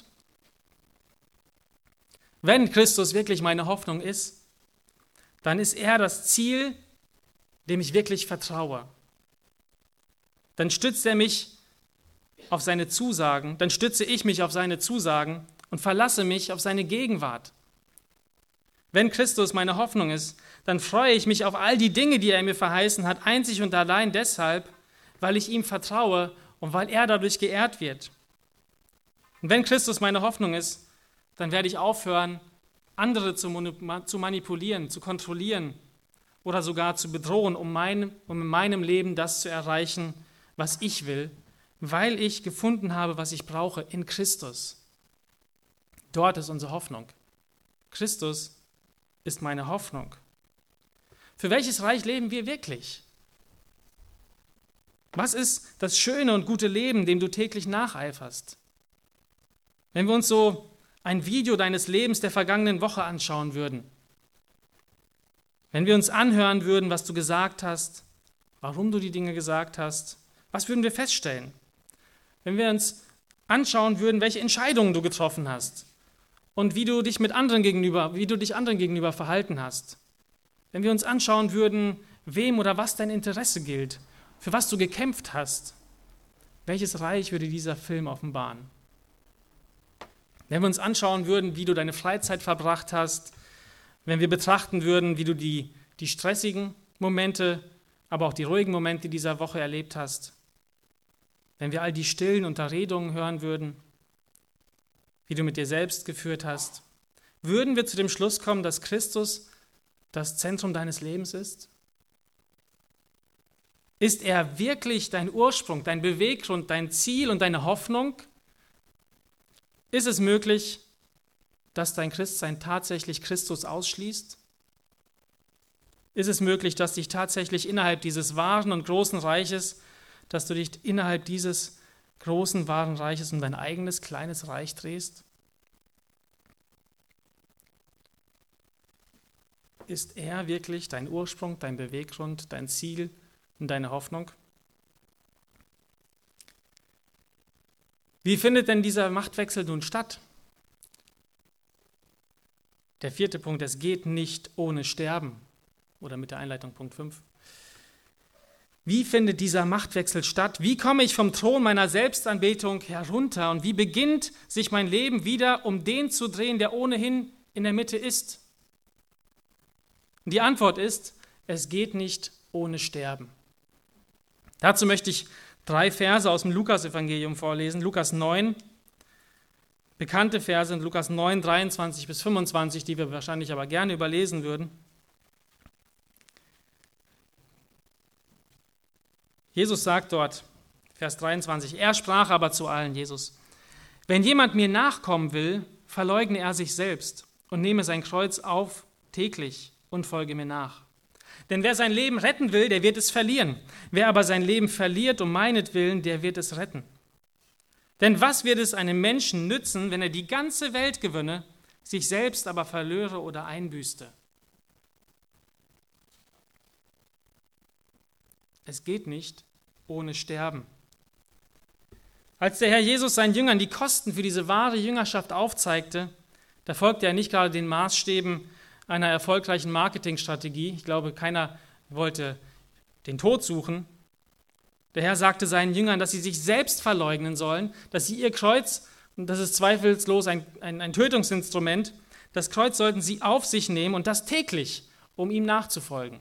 Wenn Christus wirklich meine Hoffnung ist, dann ist er das Ziel, dem ich wirklich vertraue. Dann stützt er mich auf seine Zusagen, dann stütze ich mich auf seine Zusagen und verlasse mich auf seine Gegenwart. Wenn Christus meine Hoffnung ist, dann freue ich mich auf all die Dinge, die er mir verheißen hat, einzig und allein deshalb, weil ich ihm vertraue und weil er dadurch geehrt wird. Und wenn Christus meine Hoffnung ist, dann werde ich aufhören, andere zu manipulieren, zu kontrollieren oder sogar zu bedrohen, um, mein, um in meinem Leben das zu erreichen, was ich will, weil ich gefunden habe, was ich brauche in Christus. Dort ist unsere Hoffnung. Christus ist meine Hoffnung. Für welches Reich leben wir wirklich? Was ist das schöne und gute Leben, dem du täglich nacheiferst? Wenn wir uns so ein Video deines Lebens der vergangenen Woche anschauen würden, wenn wir uns anhören würden, was du gesagt hast, warum du die Dinge gesagt hast, was würden wir feststellen? Wenn wir uns anschauen würden, welche Entscheidungen du getroffen hast und wie du dich mit anderen gegenüber, wie du dich anderen gegenüber verhalten hast. Wenn wir uns anschauen würden, wem oder was dein Interesse gilt, für was du gekämpft hast, welches Reich würde dieser Film offenbaren? Wenn wir uns anschauen würden, wie du deine Freizeit verbracht hast, wenn wir betrachten würden, wie du die, die stressigen Momente, aber auch die ruhigen Momente dieser Woche erlebt hast, wenn wir all die stillen Unterredungen hören würden, wie du mit dir selbst geführt hast, würden wir zu dem Schluss kommen, dass Christus das Zentrum deines Lebens ist? Ist er wirklich dein Ursprung, dein Beweggrund, dein Ziel und deine Hoffnung? Ist es möglich, dass dein Christsein tatsächlich Christus ausschließt? Ist es möglich, dass dich tatsächlich innerhalb dieses wahren und großen Reiches, dass du dich innerhalb dieses großen, wahren Reiches um dein eigenes kleines Reich drehst? Ist er wirklich dein Ursprung, dein Beweggrund, dein Ziel und deine Hoffnung? Wie findet denn dieser Machtwechsel nun statt? Der vierte Punkt, es geht nicht ohne Sterben. Oder mit der Einleitung Punkt fünf. Wie findet dieser Machtwechsel statt? Wie komme ich vom Thron meiner Selbstanbetung herunter? Und wie beginnt sich mein Leben wieder um den zu drehen, der ohnehin in der Mitte ist? Und die Antwort ist, es geht nicht ohne Sterben. Dazu möchte ich drei Verse aus dem Lukas-Evangelium vorlesen. Lukas neun, bekannte Verse in Lukas neun, dreiundzwanzig bis fünfundzwanzig, die wir wahrscheinlich aber gerne überlesen würden. Jesus sagt dort, Vers dreiundzwanzig, er sprach aber zu allen, Jesus, wenn jemand mir nachkommen will, verleugne er sich selbst und nehme sein Kreuz auf täglich und folge mir nach. Denn wer sein Leben retten will, der wird es verlieren. Wer aber sein Leben verliert um meinetwillen, der wird es retten. Denn was wird es einem Menschen nützen, wenn er die ganze Welt gewönne, sich selbst aber verlöre oder einbüßte? Es geht nicht ohne Sterben. Als der Herr Jesus seinen Jüngern die Kosten für diese wahre Jüngerschaft aufzeigte, da folgte er nicht gerade den Maßstäben einer erfolgreichen Marketingstrategie. Ich glaube, keiner wollte den Tod suchen. Der Herr sagte seinen Jüngern, dass sie sich selbst verleugnen sollen, dass sie ihr Kreuz, und das ist zweifellos ein, ein, ein Tötungsinstrument, das Kreuz sollten sie auf sich nehmen und das täglich, um ihm nachzufolgen.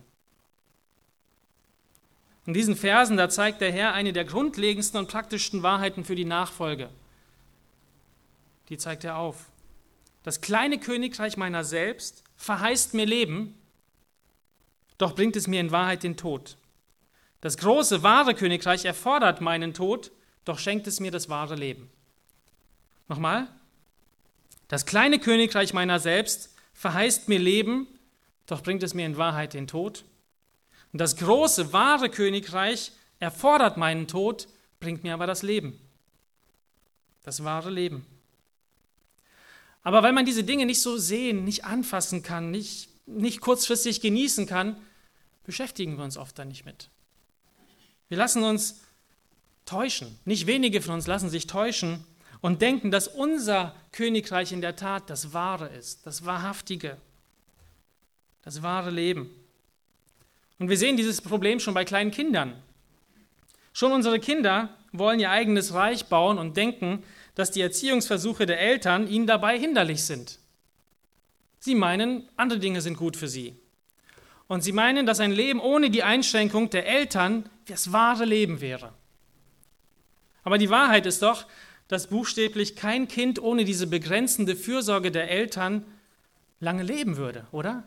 In diesen Versen, da zeigt der Herr eine der grundlegendsten und praktischsten Wahrheiten für die Nachfolge. Die zeigt er auf. Das kleine Königreich meiner selbst verheißt mir Leben, doch bringt es mir in Wahrheit den Tod. Das große, wahre Königreich erfordert meinen Tod, doch schenkt es mir das wahre Leben. Nochmal. Das kleine Königreich meiner selbst verheißt mir Leben, doch bringt es mir in Wahrheit den Tod. Und das große, wahre Königreich erfordert meinen Tod, bringt mir aber das Leben. Das wahre Leben. Aber weil man diese Dinge nicht so sehen, nicht anfassen kann, nicht, nicht kurzfristig genießen kann, beschäftigen wir uns oft da nicht mit. Wir lassen uns täuschen. Nicht wenige von uns lassen sich täuschen und denken, dass unser Königreich in der Tat das Wahre ist, das Wahrhaftige, das wahre Leben. Und wir sehen dieses Problem schon bei kleinen Kindern. Schon unsere Kinder wollen ihr eigenes Reich bauen und denken, dass die Erziehungsversuche der Eltern ihnen dabei hinderlich sind. Sie meinen, andere Dinge sind gut für sie. Und sie meinen, dass ein Leben ohne die Einschränkung der Eltern das wahre Leben wäre. Aber die Wahrheit ist doch, dass buchstäblich kein Kind ohne diese begrenzende Fürsorge der Eltern lange leben würde, oder?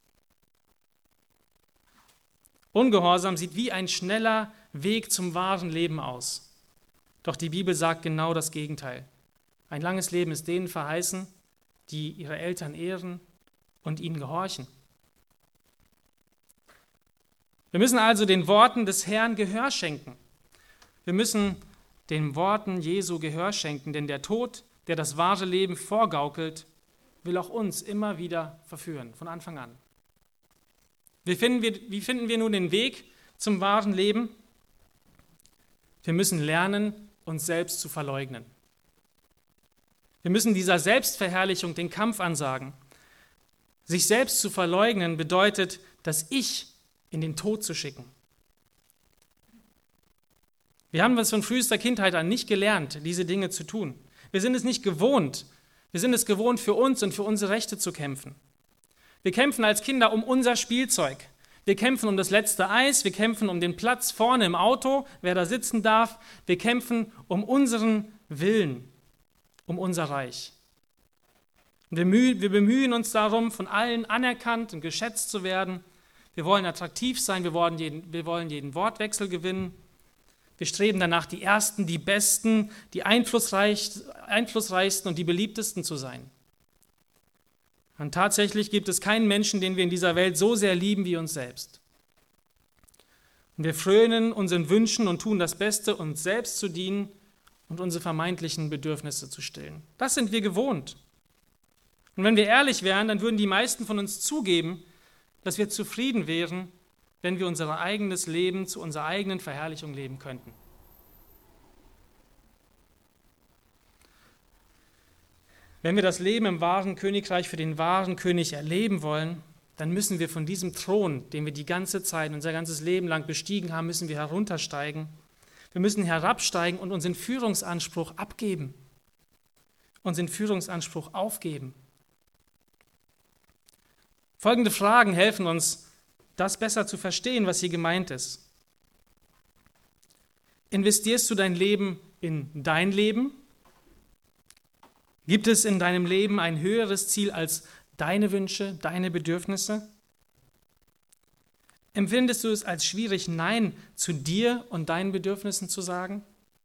Ungehorsam sieht wie ein schneller Weg zum wahren Leben aus. Doch die Bibel sagt genau das Gegenteil. Ein langes Leben ist denen verheißen, die ihre Eltern ehren und ihnen gehorchen. Wir müssen also den Worten des Herrn Gehör schenken. Wir müssen den Worten Jesu Gehör schenken, denn der Tod, der das wahre Leben vorgaukelt, will auch uns immer wieder verführen, von Anfang an. Wie finden wir, wie finden wir nun den Weg zum wahren Leben? Wir müssen lernen, uns selbst zu verleugnen. Wir müssen dieser Selbstverherrlichung den Kampf ansagen. Sich selbst zu verleugnen bedeutet, das Ich in den Tod zu schicken. Wir haben es von frühester Kindheit an nicht gelernt, diese Dinge zu tun. Wir sind es nicht gewohnt. Wir sind es gewohnt, für uns und für unsere Rechte zu kämpfen. Wir kämpfen als Kinder um unser Spielzeug. Wir kämpfen um das letzte Eis, wir kämpfen um den Platz vorne im Auto, wer da sitzen darf. Wir kämpfen um unseren Willen, um unser Reich. Und wir, müh- wir bemühen uns darum, von allen anerkannt und geschätzt zu werden. Wir wollen attraktiv sein, wir wollen jeden, wir wollen jeden Wortwechsel gewinnen. Wir streben danach, die Ersten, die Besten, die einflussreich, einflussreichsten und die beliebtesten zu sein. Und tatsächlich gibt es keinen Menschen, den wir in dieser Welt so sehr lieben wie uns selbst. Und wir frönen unseren Wünschen und tun das Beste, uns selbst zu dienen und unsere vermeintlichen Bedürfnisse zu stillen. Das sind wir gewohnt. Und wenn wir ehrlich wären, dann würden die meisten von uns zugeben, dass wir zufrieden wären, wenn wir unser eigenes Leben zu unserer eigenen Verherrlichung leben könnten. Wenn wir das Leben im wahren Königreich für den wahren König erleben wollen, dann müssen wir von diesem Thron, den wir die ganze Zeit, unser ganzes Leben lang bestiegen haben, müssen wir heruntersteigen. Wir müssen herabsteigen und unseren Führungsanspruch abgeben, unseren Führungsanspruch aufgeben. Folgende Fragen helfen uns, das besser zu verstehen, was hier gemeint ist. Investierst du dein Leben in dein Leben? Gibt es in deinem Leben ein höheres Ziel als deine Wünsche, deine Bedürfnisse? Empfindest du es als schwierig, Nein zu dir und deinen Bedürfnissen zu sagen?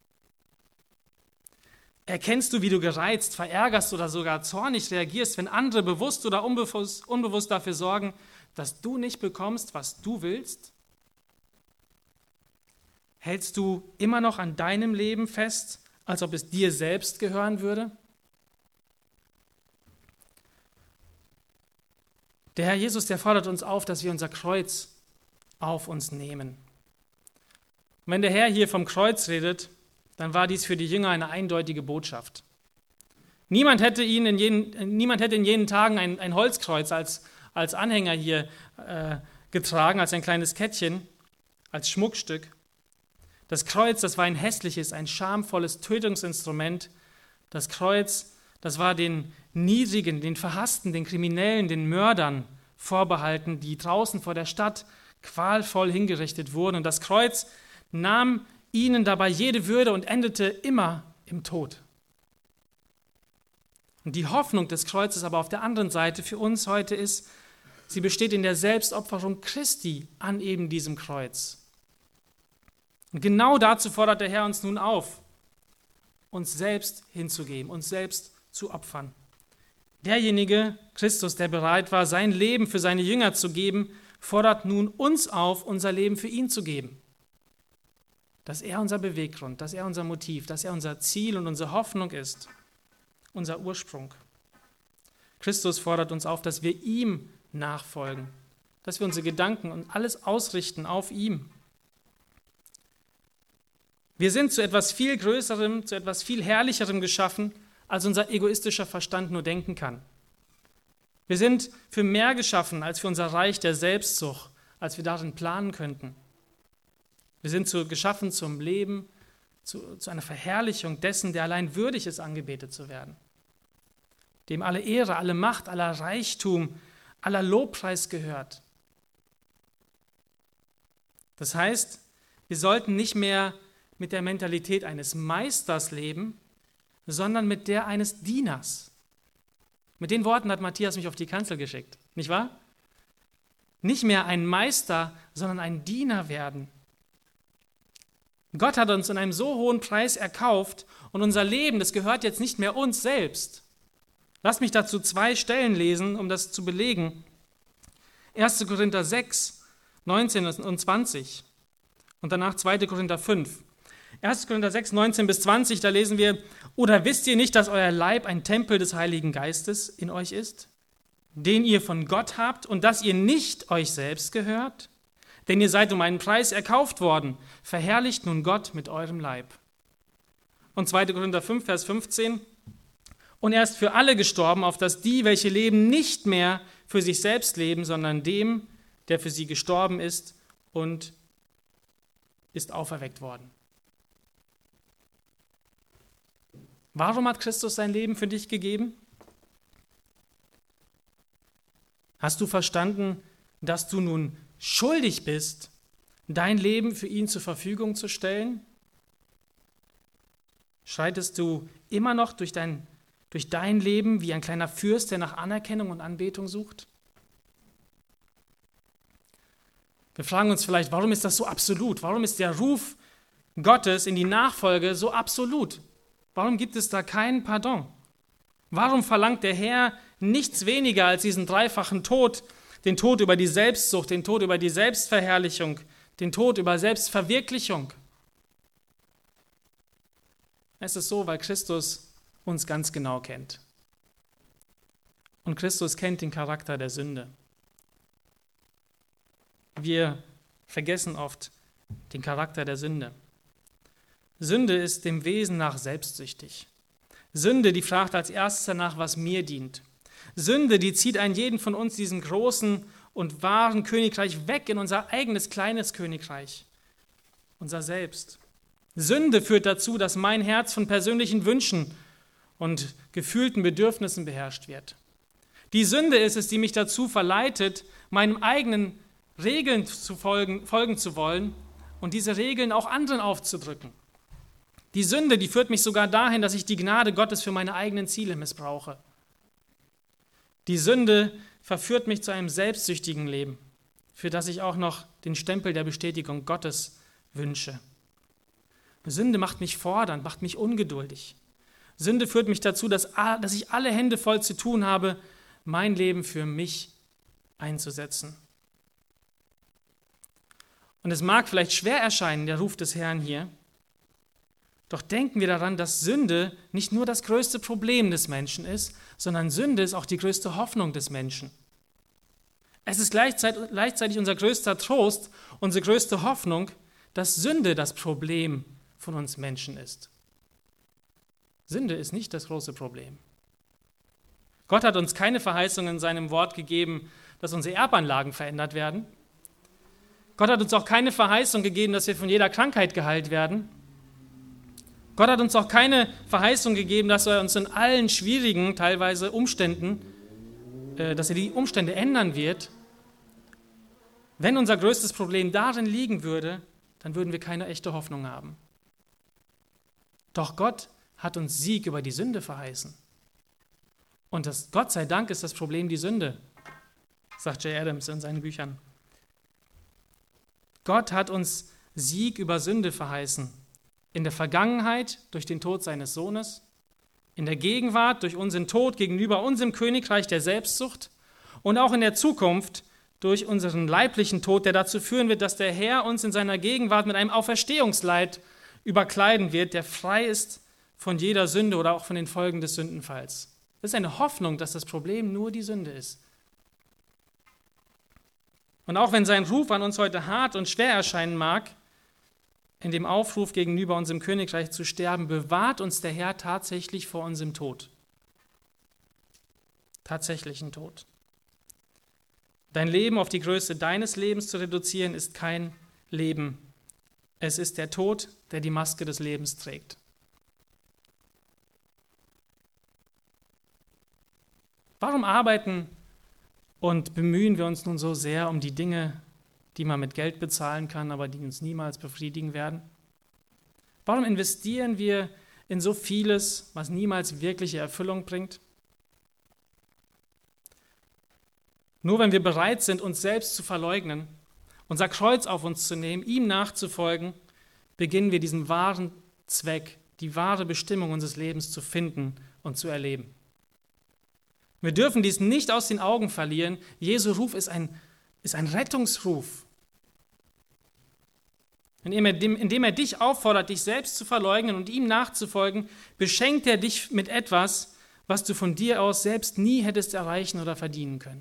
Erkennst du, wie du gereizt, verärgerst oder sogar zornig reagierst, wenn andere bewusst oder unbewusst, unbewusst dafür sorgen, dass du nicht bekommst, was du willst? Hältst du immer noch an deinem Leben fest, als ob es dir selbst gehören würde? Der Herr Jesus, der fordert uns auf, dass wir unser Kreuz auf uns nehmen. Und wenn der Herr hier vom Kreuz redet, dann war dies für die Jünger eine eindeutige Botschaft. Niemand hätte, ihn in jenen, niemand hätte in jenen Tagen ein, ein Holzkreuz als, als Anhänger hier äh, getragen, als ein kleines Kettchen, als Schmuckstück. Das Kreuz, das war ein hässliches, ein schamvolles Tötungsinstrument. Das Kreuz, das war den Niedrigen, den Verhassten, den Kriminellen, den Mördern vorbehalten, die draußen vor der Stadt qualvoll hingerichtet wurden. Und das Kreuz nahm ihnen dabei jede Würde und endete immer im Tod. Und die Hoffnung des Kreuzes aber auf der anderen Seite für uns heute ist, sie besteht in der Selbstopferung Christi an eben diesem Kreuz. Und genau dazu fordert der Herr uns nun auf, uns selbst hinzugeben, uns selbst zu opfern. Derjenige, Christus, der bereit war, sein Leben für seine Jünger zu geben, fordert nun uns auf, unser Leben für ihn zu geben. Dass er unser Beweggrund, dass er unser Motiv, dass er unser Ziel und unsere Hoffnung ist, unser Ursprung. Christus fordert uns auf, dass wir ihm nachfolgen, dass wir unsere Gedanken und alles ausrichten auf ihm. Wir sind zu etwas viel Größerem, zu etwas viel Herrlicherem geschaffen, als unser egoistischer Verstand nur denken kann. Wir sind für mehr geschaffen als für unser Reich der Selbstsucht, als wir darin planen könnten. Wir sind zu, geschaffen zum Leben, zu, zu einer Verherrlichung dessen, der allein würdig ist, angebetet zu werden. Dem alle Ehre, alle Macht, aller Reichtum, aller Lobpreis gehört. Das heißt, wir sollten nicht mehr mit der Mentalität eines Meisters leben, sondern mit der eines Dieners. Mit den Worten hat Matthias mich auf die Kanzel geschickt, nicht wahr? Nicht mehr ein Meister, sondern ein Diener werden. Gott hat uns in einem so hohen Preis erkauft und unser Leben, das gehört jetzt nicht mehr uns selbst. Lasst mich dazu zwei Stellen lesen, um das zu belegen. erster Korinther sechs, neunzehn und zwanzig und danach zweiter Korinther fünf. erster Korinther sechs, neunzehn bis zwanzig, da lesen wir: Oder wisst ihr nicht, dass euer Leib ein Tempel des Heiligen Geistes in euch ist, den ihr von Gott habt und dass ihr nicht euch selbst gehört? Denn ihr seid um einen Preis erkauft worden. Verherrlicht nun Gott mit eurem Leib. Und zweiter Korinther fünf, Vers fünfzehn. Und er ist für alle gestorben, auf dass die, welche leben, nicht mehr für sich selbst leben, sondern dem, der für sie gestorben ist und ist auferweckt worden. Warum hat Christus sein Leben für dich gegeben? Hast du verstanden, dass du nun schuldig bist, dein Leben für ihn zur Verfügung zu stellen? Schreitest du immer noch durch dein, durch dein Leben wie ein kleiner Fürst, der nach Anerkennung und Anbetung sucht? Wir fragen uns vielleicht, warum ist das so absolut? Warum ist der Ruf Gottes in die Nachfolge so absolut? Warum gibt es da keinen Pardon? Warum verlangt der Herr nichts weniger als diesen dreifachen Tod, den Tod über die Selbstsucht, den Tod über die Selbstverherrlichung, den Tod über Selbstverwirklichung? Es ist so, weil Christus uns ganz genau kennt. Und Christus kennt den Charakter der Sünde. Wir vergessen oft den Charakter der Sünde. Sünde ist dem Wesen nach selbstsüchtig. Sünde, die fragt als erstes danach, was mir dient. Sünde, die zieht einen jeden von uns diesem großen und wahren Königreich weg in unser eigenes kleines Königreich, unser Selbst. Sünde führt dazu, dass mein Herz von persönlichen Wünschen und gefühlten Bedürfnissen beherrscht wird. Die Sünde ist es, die mich dazu verleitet, meinem eigenen Regeln zu folgen, folgen zu wollen und diese Regeln auch anderen aufzudrücken. Die Sünde, die führt mich sogar dahin, dass ich die Gnade Gottes für meine eigenen Ziele missbrauche. Die Sünde verführt mich zu einem selbstsüchtigen Leben, für das ich auch noch den Stempel der Bestätigung Gottes wünsche. Sünde macht mich fordernd, macht mich ungeduldig. Sünde führt mich dazu, dass, dass ich alle Hände voll zu tun habe, mein Leben für mich einzusetzen. Und es mag vielleicht schwer erscheinen, der Ruf des Herrn hier, doch denken wir daran, dass Sünde nicht nur das größte Problem des Menschen ist, sondern Sünde ist auch die größte Hoffnung des Menschen. Es ist gleichzeitig, gleichzeitig unser größter Trost, unsere größte Hoffnung, dass Sünde das Problem von uns Menschen ist. Sünde ist nicht das große Problem. Gott hat uns keine Verheißung in seinem Wort gegeben, dass unsere Erbanlagen verändert werden. Gott hat uns auch keine Verheißung gegeben, dass wir von jeder Krankheit geheilt werden. Gott hat uns auch keine Verheißung gegeben, dass er uns in allen schwierigen, teilweise Umständen, äh, dass er die Umstände ändern wird. Wenn unser größtes Problem darin liegen würde, dann würden wir keine echte Hoffnung haben. Doch Gott hat uns Sieg über die Sünde verheißen. Und das, Gott sei Dank ist das Problem die Sünde, sagt Jay Adams in seinen Büchern. Gott hat uns Sieg über Sünde verheißen. In der Vergangenheit durch den Tod seines Sohnes, in der Gegenwart durch unseren Tod gegenüber unserem Königreich der Selbstsucht und auch in der Zukunft durch unseren leiblichen Tod, der dazu führen wird, dass der Herr uns in seiner Gegenwart mit einem Auferstehungsleid überkleiden wird, der frei ist von jeder Sünde oder auch von den Folgen des Sündenfalls. Das ist eine Hoffnung, dass das Problem nur die Sünde ist. Und auch wenn sein Ruf an uns heute hart und schwer erscheinen mag, in dem Aufruf gegenüber unserem Königreich zu sterben, bewahrt uns der Herr tatsächlich vor unserem Tod. Tatsächlichen Tod. Dein Leben auf die Größe deines Lebens zu reduzieren, ist kein Leben. Es ist der Tod, der die Maske des Lebens trägt. Warum arbeiten und bemühen wir uns nun so sehr um die Dinge, die man mit Geld bezahlen kann, aber die uns niemals befriedigen werden? Warum investieren wir in so vieles, was niemals wirkliche Erfüllung bringt? Nur wenn wir bereit sind, uns selbst zu verleugnen, unser Kreuz auf uns zu nehmen, ihm nachzufolgen, beginnen wir diesen wahren Zweck, die wahre Bestimmung unseres Lebens zu finden und zu erleben. Wir dürfen dies nicht aus den Augen verlieren. Jesu Ruf ist ein, ist ein Rettungsruf. Indem er, indem er dich auffordert, dich selbst zu verleugnen und ihm nachzufolgen, beschenkt er dich mit etwas, was du von dir aus selbst nie hättest erreichen oder verdienen können.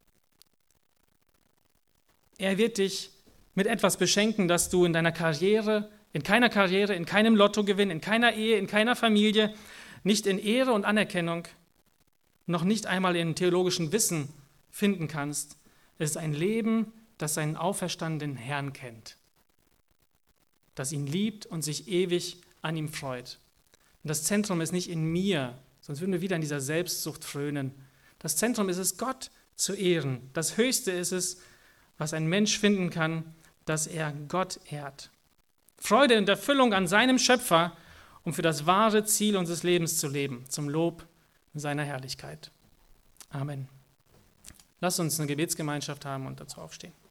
Er wird dich mit etwas beschenken, das du in deiner Karriere, in keiner Karriere, in keinem Lottogewinn, in keiner Ehe, in keiner Familie, nicht in Ehre und Anerkennung, noch nicht einmal in theologischem Wissen finden kannst. Es ist ein Leben, das seinen auferstandenen Herrn kennt, das ihn liebt und sich ewig an ihm freut. Und das Zentrum ist nicht in mir, sonst würden wir wieder in dieser Selbstsucht frönen. Das Zentrum ist es, Gott zu ehren. Das Höchste ist es, was ein Mensch finden kann, dass er Gott ehrt. Freude und Erfüllung an seinem Schöpfer, um für das wahre Ziel unseres Lebens zu leben, zum Lob seiner Herrlichkeit. Amen. Lass uns eine Gebetsgemeinschaft haben und dazu aufstehen.